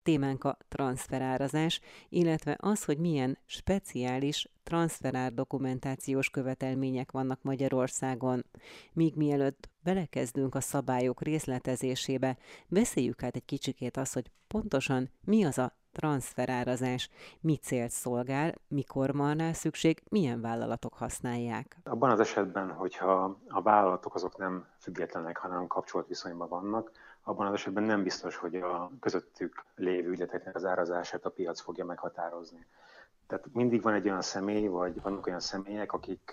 Témánk a transzferárazás, illetve az, hogy milyen speciális transzferár dokumentációs követelmények vannak Magyarországon. Míg mielőtt belekezdünk a szabályok részletezésébe, beszéljük át egy kicsikét azt, hogy pontosan mi az a transzferárazás, mi célt szolgál, mikor van rá szükség, milyen vállalatok használják. Abban az esetben, hogyha a vállalatok azok nem függetlenek, hanem kapcsolt viszonyban vannak, abban az esetben nem biztos, hogy a közöttük lévő ügyleteknek az árazását a piac fogja meghatározni. Tehát mindig van egy olyan személy, vagy vannak olyan személyek, akik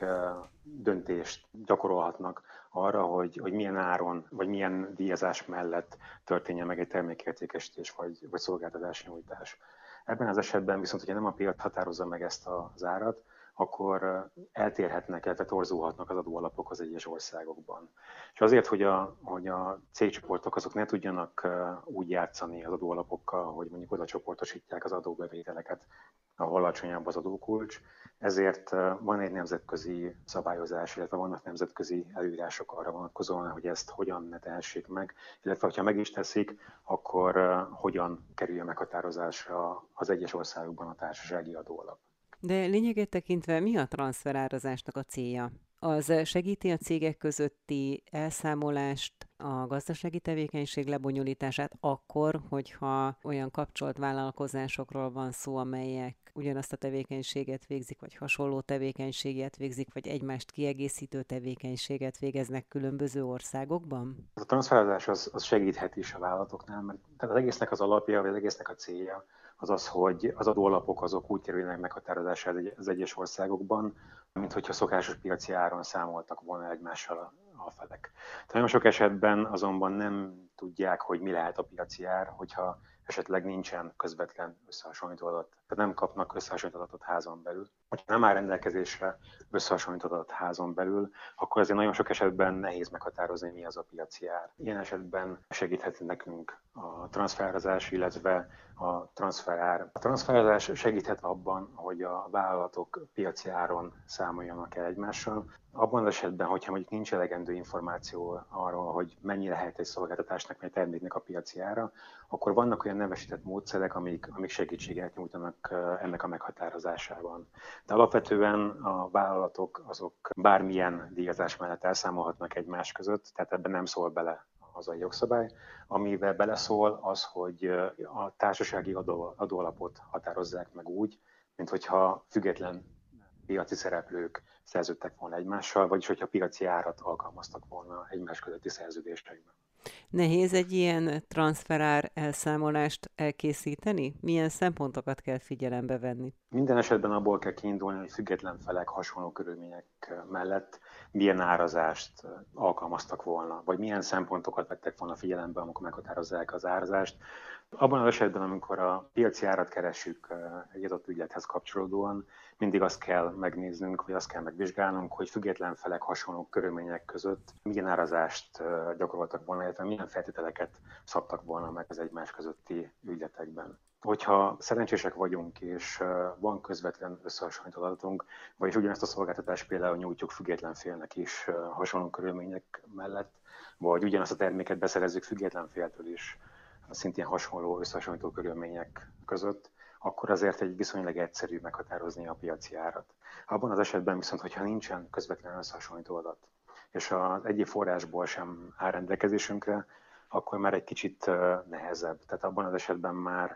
döntést gyakorolhatnak arra, hogy milyen áron, vagy milyen díjazás mellett történjen meg egy termékértékesítés, vagy szolgáltatási nyújtás. Ebben az esetben viszont, hogyha nem a piac határozza meg ezt az árat, akkor eltérhetnek, illetve torzulhatnak az adóalapok az egyes országokban. És azért, hogy a cégcsoportok azok ne tudjanak úgy játszani az adóalapokkal, hogy mondjuk oda csoportosítják az adóbevételeket, ahol alacsonyabb az adókulcs, ezért van egy nemzetközi szabályozás, illetve vannak nemzetközi előírások arra vonatkozóan, hogy ezt hogyan ne tehessék meg, illetve ha meg is teszik, akkor hogyan kerüljön meghatározásra az egyes országokban a társasági adóalap. De lényegét tekintve mi a transzferárazásnak a célja? Az segíti a cégek közötti elszámolást, a gazdasági tevékenység lebonyolítását akkor, hogyha olyan kapcsolt vállalkozásokról van szó, amelyek ugyanazt a tevékenységet végzik, vagy hasonló tevékenységet végzik, vagy egymást kiegészítő tevékenységet végeznek különböző országokban? A transzferázás az segíthet is a vállalatoknál, mert tehát az egésznek az alapja, vagy az egésznek a célja az, hogy az adóalapok azok úgy kerülnek meghatározásra az egyes országokban, mint hogyha szokásos piaci áron számoltak volna egymással a felek. Tehát nagyon sok esetben azonban nem tudják, hogy mi lehet a piaci ár, hogyha esetleg nincsen közvetlen összehasonlító adat. Tehát nem kapnak összehasonlító adatot házon belül. Ha nem áll rendelkezésre összehasonlító adat házon belül, akkor azért nagyon sok esetben nehéz meghatározni, mi az a piaci ár. Ilyen esetben segíthet nekünk a transzferázás, illetve a transzferár. A transzferázás segíthet abban, hogy a vállalatok piaci áron számoljanak el egymással. Abban az esetben, hogyha mondjuk nincs elegendő információ arról, hogy mennyi lehet egy szolgáltatásnak, vagy terméknek a piaci ára, akkor vannak olyan nevesített módszerek, amik segítséget nyújtanak ennek a meghatározásában. De alapvetően a vállalatok azok bármilyen díjazás mellett elszámolhatnak egymás között, tehát ebben nem szól bele az a jogszabály. Amivel beleszól az, hogy a társasági adóalapot határozzák meg úgy, mint hogyha független piaci szereplők szerződtek volna egymással, vagyis hogyha piaci árat alkalmaztak volna egymás közötti szerződésekben. Nehéz egy ilyen transzferár elszámolást elkészíteni? Milyen szempontokat kell figyelembe venni? Minden esetben abból kell kiindulni, hogy független felek hasonló körülmények mellett milyen árazást alkalmaztak volna, vagy milyen szempontokat vettek volna figyelembe, amikor meghatározzák az árazást. Abban az esetben, amikor a piaci árat keressük egy adott ügylethez kapcsolódóan, mindig azt kell megnéznünk, vagy azt kell megvizsgálnunk, hogy független felek hasonló körülmények között milyen árazást gyakoroltak volna, illetve milyen feltételeket szabtak volna meg az egymás közötti ügyletekben. Hogyha szerencsések vagyunk, és van közvetlen összehasonlító adatunk, vagyis ugyanezt a szolgáltatást például nyújtjuk független félnek is hasonló körülmények mellett, vagy ugyanazt a terméket beszerezzük független féltől is, szintén hasonló összehasonlító körülmények között, akkor azért egy viszonylag egyszerű meghatározni a piaci árat. Abban az esetben viszont, hogyha nincsen közvetlen összehasonlító adat, és az egyik forrásból sem áll rendelkezésünkre, akkor már egy kicsit nehezebb. Tehát abban az esetben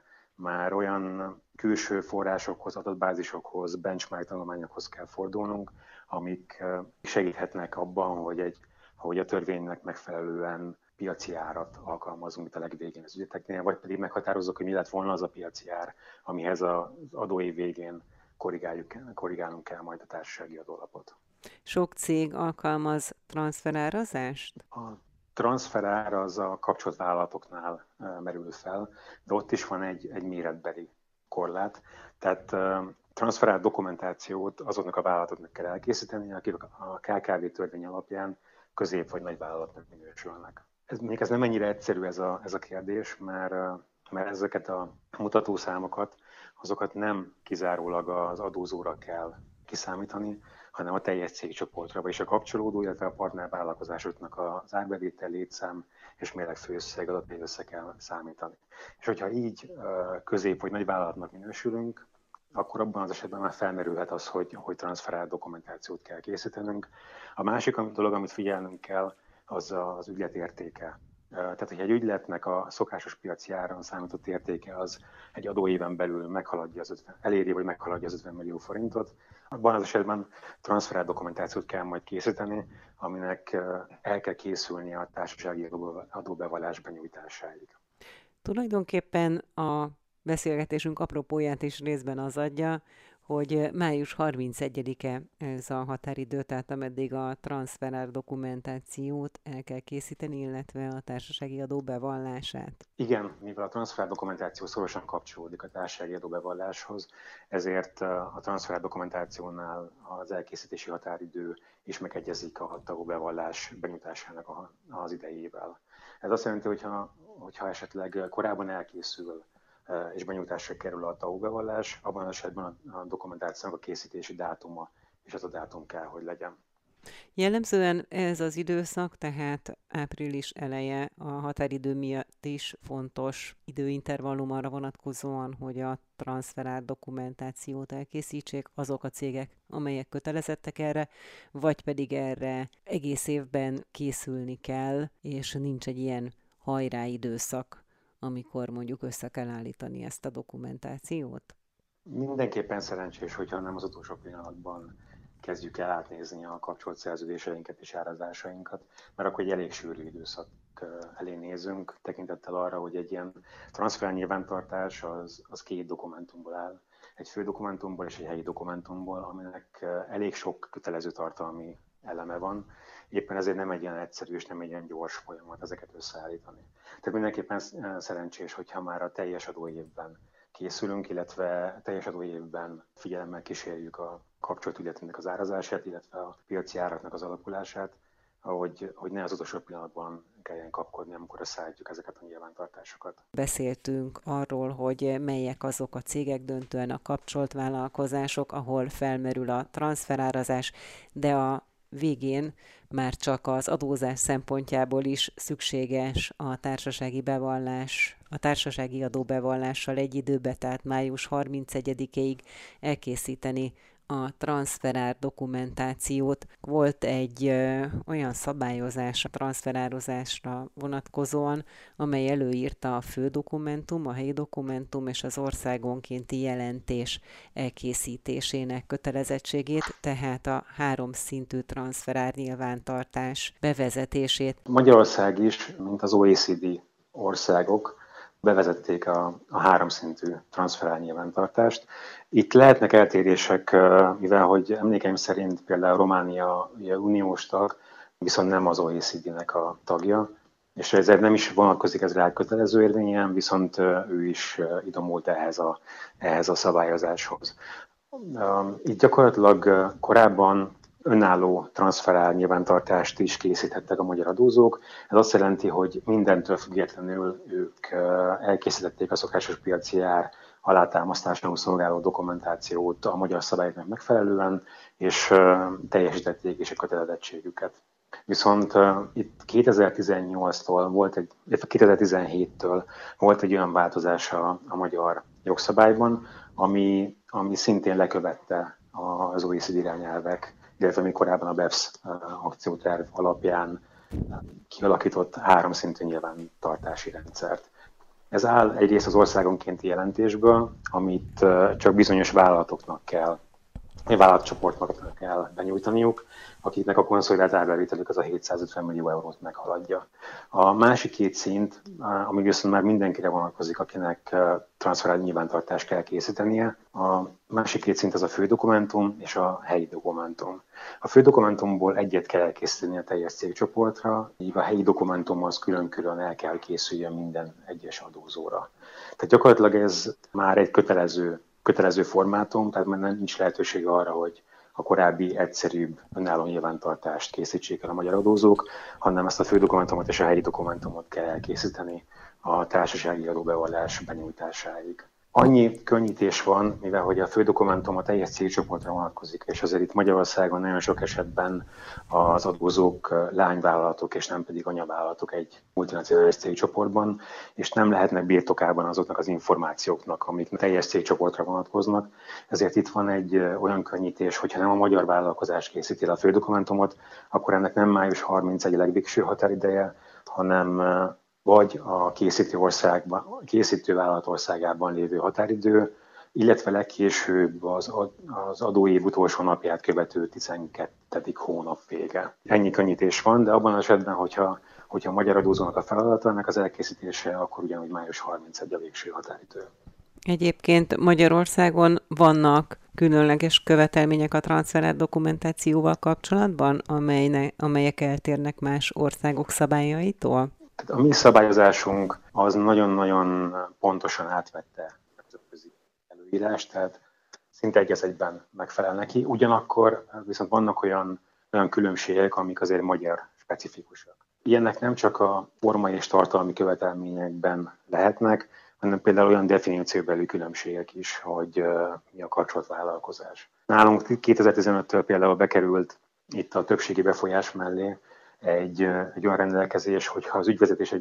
már olyan külső forrásokhoz, adatbázisokhoz, benchmark tanulmányokhoz kell fordulnunk, amik segíthetnek abban, hogy a törvénynek megfelelően piaci árat alkalmazunk itt a legvégén az ügyeteknél, vagy pedig meghatározzuk, hogy mi lett volna az a piaci ár, amihez az adóév végén korrigálnunk kell majd a társasági adólapot. Sok cég alkalmaz transzferárazást? A transzferár az a kapcsolt vállalatoknál merül fel, de ott is van egy méretbeli korlát. Tehát transzferár dokumentációt azoknak a vállalatoknak kell elkészíteni, akik a KKV törvény alapján közép- vagy nagyvállalatnak minősülnek. Ez nem ennyire egyszerű ez a kérdés, mert ezeket a mutatószámokat, azokat nem kizárólag az adózóra kell kiszámítani, hanem a teljes cégcsoportra, vagyis a kapcsolódó, illetve a partnervállalkozásoknak az árbevétel, létszám és mérleg főösszeg adatait össze kell számítani. És hogyha így közép vagy nagy vállalatnak minősülünk, akkor abban az esetben már felmerülhet az, hogy transferált dokumentációt kell készítenünk. A másik dolog, amit figyelnünk kell, az az ügylet értéke. Tehát, hogyha egy ügyletnek a szokásos piaci áron számított értéke az egy adóéven belül eléri vagy meghaladja az 50 millió forintot, abban az esetben transferált dokumentációt kell majd készíteni, aminek el kell készülnie a társasági adóbevallás benyújtásáig. Tulajdonképpen a beszélgetésünk apropóját is részben az adja, hogy május 31-e ez a határidő, tehát ameddig a transferár dokumentációt el kell készíteni, illetve a társasági adó bevallását. Igen, mivel a transferár dokumentáció szorosan kapcsolódik a társasági adóbevalláshoz, ezért a transferár dokumentációnál az elkészítési határidő is megegyezik a adóbevallás benyújtásának az idejével. Ez azt jelenti, hogyha esetleg korábban elkészül és benyújtásra kerül a adóbevallás, abban az esetben a dokumentációnak a készítési dátuma és az a dátum kell, hogy legyen. Jellemzően ez az időszak, tehát április eleje a határidő miatt is fontos időintervallum arra vonatkozóan, hogy a transferált dokumentációt elkészítsék azok a cégek, amelyek kötelezettek erre, vagy pedig erre egész évben készülni kell, és nincs egy ilyen hajrá időszak, amikor mondjuk össze kell állítani ezt a dokumentációt? Mindenképpen szerencsés, hogyha nem az utolsó pillanatban kezdjük el átnézni a kapcsolt szerződéseinket és árazásainkat, mert akkor egy elég sűrű időszak elé nézünk, tekintettel arra, hogy egy ilyen transfer nyilvántartás az két dokumentumból áll. Egy fő dokumentumból és egy helyi dokumentumból, aminek elég sok kötelező tartalmi eleme van. Éppen ezért nem egy ilyen egyszerű és nem egy ilyen gyors folyamat ezeket összeállítani. Tehát mindenképpen szerencsés, hogyha már a teljes adóévben készülünk, illetve teljes adóévben figyelemmel kísérjük a kapcsolt ügyletünknek az árazását, illetve a piaci áraknak az alakulását, hogy ne az utolsó pillanatban kelljen kapkodni, amikor összeállítjuk ezeket a nyilvántartásokat. Beszéltünk arról, hogy melyek azok a cégek, döntően a kapcsolt vállalkozások, ahol felmerül a transferárazás, de a végén már csak az adózás szempontjából is szükséges a társasági bevallás, a társasági adóbevallással egy időbe, tehát május 31-ig elkészíteni a transferár dokumentációt. Volt egy olyan szabályozás a transferározásra vonatkozóan, amely előírta a fő dokumentum, a helyi dokumentum és az országonkénti jelentés elkészítésének kötelezettségét, tehát a 3 szintű transferár nyilvántartás bevezetését. Magyarország is, mint az OECD országok, bevezették a 3 szintű transferár nyilvántartást. Itt lehetnek eltérések, mivel hogy emlékeim szerint például Románia uniós tag, viszont nem az OECD-nek a tagja, és ezért nem is vonatkozik ez rá kötelező érvényen, viszont ő is idomult ehhez a szabályozáshoz. Itt gyakorlatilag korábban önálló transferár nyilvántartást is készíthettek a magyar adózók. Ez azt jelenti, hogy mindentől függetlenül ők elkészítették a szokásos piaci ár alátámasztásául szolgáló dokumentációt a magyar szabályoknak megfelelően, és teljesítették is a kötelezettségüket. Viszont itt 2018-tól illetve 2017-től volt egy olyan változás a magyar jogszabályban, ami szintén lekövette az OECD irányelvek, illetve még korábban a BEPS akcióterv alapján kialakított 3 szintű nyilvántartási rendszert. Ez áll egyrészt az országonkénti jelentésből, amit csak bizonyos vállalatoknak kell, vállalatcsoportnak kell benyújtaniuk, akiknek a konszolidált árbevételük az a 750 millió eurót meghaladja. A másik 2 szint, ami viszont már mindenkire vonatkozik, akinek transferált nyilvántartást kell készítenie. A másik 2 szint az a fő dokumentum és a helyi dokumentum. A fő dokumentumból egyet kell elkészíteni a teljes cégcsoportra, így a helyi dokumentum az külön-külön el kell készüljön minden egyes adózóra. Tehát gyakorlatilag ez már egy kötelező formátum, tehát már nincs lehetőség arra, hogy a korábbi egyszerűbb önálló nyilvántartást készítsék el a magyar adózók, hanem ezt a fő dokumentumot és a helyi dokumentumot kell elkészíteni a társasági adóbevallás benyújtásáig. Annyi könnyítés van, mivel hogy a fő dokumentum a teljes cégcsoportra vonatkozik, és azért itt Magyarországon nagyon sok esetben az adózók lányvállalatok, és nem pedig anyavállalatok egy multinacionális cégcsoportban, és nem lehetnek birtokában azoknak az információknak, amik teljes cégcsoportra vonatkoznak. Ezért itt van egy olyan könnyítés, hogyha nem a magyar vállalkozás készíti el a fő dokumentumot, akkor ennek nem május 31 legvégső határideje, hanem vagy a készítő vállalat országában lévő határidő, illetve legkésőbb az adóév utolsó napját követő 12. hónap vége. Ennyi könnyítés van, de abban az esetben, hogyha a magyar adózónak a feladata ennek az elkészítése, akkor ugyanúgy május 31 a végső határidő. Egyébként Magyarországon vannak különleges követelmények a transferált dokumentációval kapcsolatban, amelyek eltérnek más országok szabályaitól? A mi szabályozásunk az nagyon-nagyon pontosan átvette a nemzetközi előírást, tehát szinte egy az egyben megfelel neki. Ugyanakkor viszont vannak olyan különbségek, amik azért magyar specifikusak. Ilyenek nem csak a formai és tartalmi követelményekben lehetnek, hanem például olyan definícióbeli különbségek is, hogy mi a kapcsolatvállalkozás. Nálunk 2015-től például bekerült itt a többségi befolyás mellé egy olyan rendelkezés, hogyha az ügyvezetés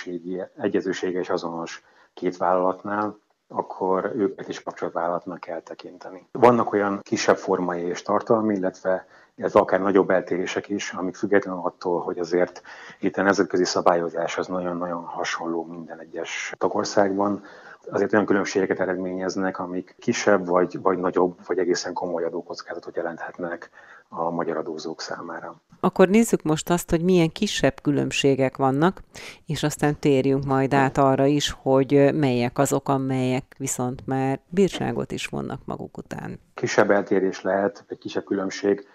egyezősége is azonos két vállalatnál, akkor őket is kapcsolatvállalatnak kell tekinteni. Vannak olyan kisebb formai és tartalmi, illetve akár nagyobb eltérések is, amik függetlenül attól, hogy azért itt a nemzetközi szabályozás az nagyon-nagyon hasonló minden egyes tagországban, azért olyan különbségeket eredményeznek, amik kisebb, vagy nagyobb, vagy egészen komoly adókockázatot jelenthetnek a magyar adózók számára. Akkor nézzük most azt, hogy milyen kisebb különbségek vannak, és aztán térjünk majd át arra is, hogy melyek azok, amelyek viszont már bírságot is vonnak maguk után. Kisebb eltérés lehet, egy kisebb különbség,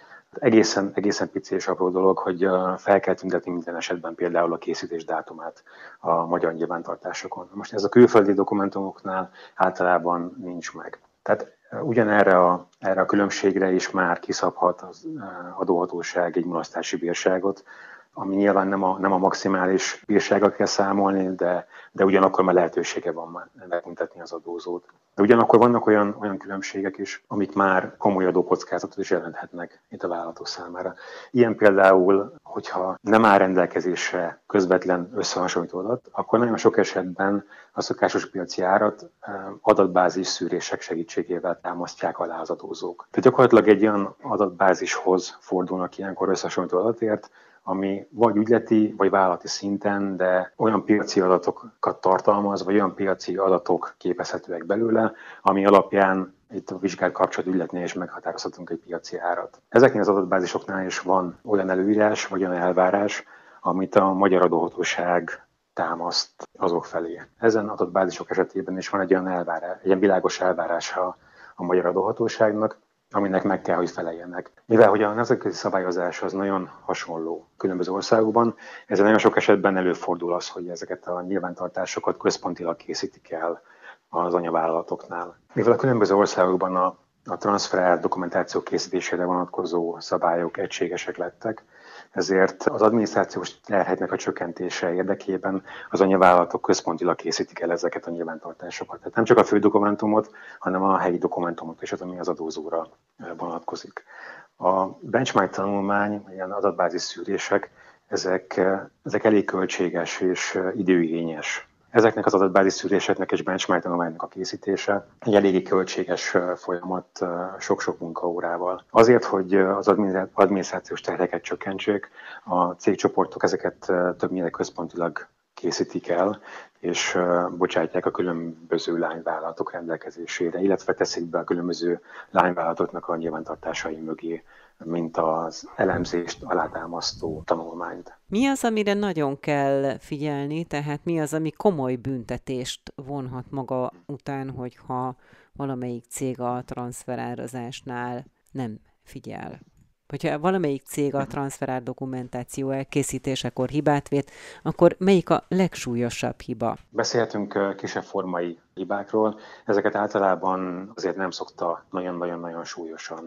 egészen pici és apró dolog, hogy fel kell tüntetni minden esetben például a készítés dátumát a magyar nyilvántartásokon. Most ez a külföldi dokumentumoknál általában nincs meg. Tehát ugyanerre a különbségre is már kiszabhat az adóhatóság egy mulasztási bírságot, ami nyilván nem a maximális bírsággal kell számolni, de ugyanakkor már lehetősége van már megbüntetni az adózót. De ugyanakkor vannak olyan különbségek is, amik már komoly adókockázatot is jelenthetnek itt a vállalatok számára. Ilyen például, hogyha nem áll rendelkezésre közvetlen összehasonlító adat, akkor nagyon sok esetben a szokásos piaci árat adatbázis szűrések segítségével támasztják alá az adózók. Tehát gyakorlatilag egy olyan adatbázishoz fordulnak ilyenkor összehasonlító adatért, ami vagy ügyleti, vagy vállalati szinten, de olyan piaci adatokat tartalmaz, vagy olyan piaci adatok képezhetőek belőle, ami alapján itt a vizsgált kapcsolat ügyletnél is meghatározhatunk egy piaci árat. Ezeknél az adatbázisoknál is van olyan előírás, vagy olyan elvárás, amit a magyar adóhatóság támaszt azok felé. Ezen adatbázisok esetében is van egy olyan világos elvárása a magyar adóhatóságnak, aminek meg kell, hogy feleljenek. Mivel hogy a nemzetközi szabályozás az nagyon hasonló különböző országokban, ezzel nagyon sok esetben előfordul az, hogy ezeket a nyilvántartásokat központilag készítik el az anyavállalatoknál. Mivel a különböző országokban a transferált dokumentáció készítésére vonatkozó szabályok egységesek lettek, ezért az adminisztrációs terheknek a csökkentése érdekében az anyavállalatok központilag készítik el ezeket a nyilvántartásokat. Tehát nem csak a fő dokumentumot, hanem a helyi dokumentumot is, ami az adózóra vonatkozik. A benchmark tanulmány, ilyen adatbázis szűrések, ezek elég költséges és időigényes. Ezeknek az adatbázis szűréseknek és benchmark tanulmánynak a készítése egy eléggé költséges folyamat sok-sok munkaórával. Azért, hogy az adminisztrációs terheket csökkentsék, a cégcsoportok ezeket többnyire központilag készítik el, és bocsátják a különböző lányvállalatok rendelkezésére, illetve teszik be a különböző lányvállalatoknak a nyilvántartásai mögé, mint az elemzést alátámasztó tanulmányt. Mi az, amire nagyon kell figyelni, tehát mi az, ami komoly büntetést vonhat maga után, hogyha valamelyik cég a transferárazásnál nem figyel? Hogyha valamelyik cég a transferár dokumentáció elkészítésekor hibát vét, akkor melyik a legsúlyosabb hiba? Beszélhetünk kisebb formai hibákról, ezeket általában azért nem szokta nagyon-nagyon-nagyon súlyosan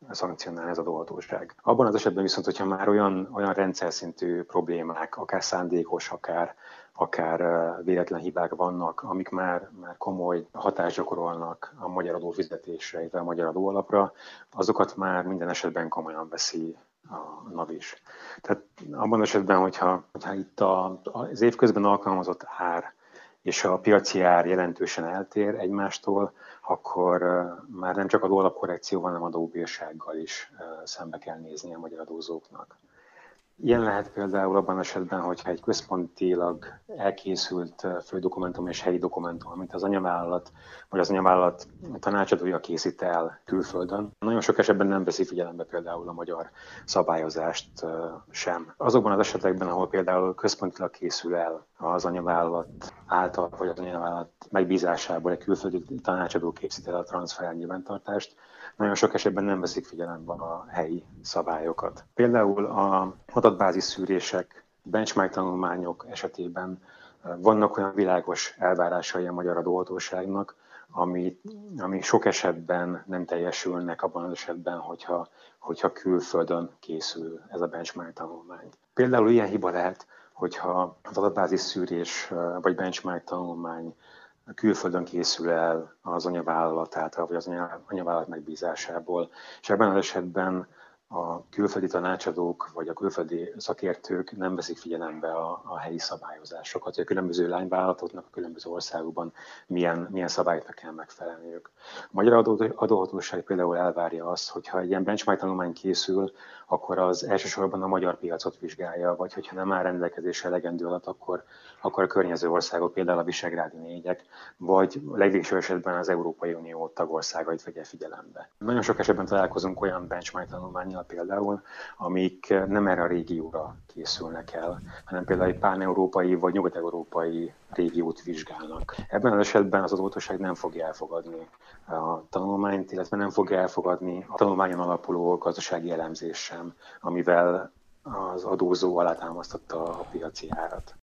szankcionálni az adóhatóság. Abban az esetben viszont, hogyha már olyan rendszer szintű problémák, akár szándékos, akár véletlen hibák vannak, amik már komoly hatást gyakorolnak a magyar adófizetésre, illetve a magyar adóalapra, azokat már minden esetben komolyan veszi a NAV is. Tehát abban az esetben, hogyha itt az évközben alkalmazott ár és a piaci ár jelentősen eltér egymástól, akkor már nem csak adóalapkorrekcióval, hanem adóbírsággal is szembe kell nézni a magyar adózóknak. Ilyen lehet például abban az esetben, hogyha egy központilag elkészült fődokumentum és helyi dokumentum, amit az anyavállalat vagy az anyavállalat tanácsadója készít el külföldön. Nagyon sok esetben nem veszi figyelembe például a magyar szabályozást sem. Azokban az esetekben, ahol például központilag készül el az anyavállalat által, vagy az anyavállalat megbízásából egy külföldi tanácsadó készít el a transfer nyilvántartást, nagyon sok esetben nem veszik figyelembe a helyi szabályokat. Például a adatbázis szűrések, benchmark tanulmányok esetében vannak olyan világos elvárásai a magyar adóhatóságnak, ami sok esetben nem teljesülnek abban az esetben, hogyha külföldön készül ez a benchmark tanulmány. Például ilyen hiba lehet, hogyha az adatbázis szűrés vagy benchmark tanulmány külföldön készül el az anyavállalat által, vagy az anyavállalat megbízásából, és ebben az esetben a külföldi tanácsadók, vagy a külföldi szakértők nem veszik figyelembe a helyi szabályozásokat, hogy a különböző lányvállalatoknak a különböző országokban milyen szabályoknak kell megfelelniük. A magyar adóhatóság például elvárja azt, hogyha egy ilyen benchmark tanulmány készül, akkor az elsősorban a magyar piacot vizsgálja, vagy hogyha nem áll rendelkezésre elegendő adat, akkor a környező országok, például a visegrádi négyek, vagy legvégső esetben az Európai Unió tagországait vegye figyelembe. Nagyon sok esetben találkozunk olyan benchmark tanulmánnyal például, amik nem erre a régióra készülnek el, hanem például egy pán-európai vagy nyugat-európai régiót vizsgálnak. Ebben az esetben az adóhatóság nem fogja elfogadni a tanulmányt, illetve nem fogja elfogadni a tanulmányon alapuló gazdasági elemzést sem, amivel az adózó alátámasztotta a piaci árat.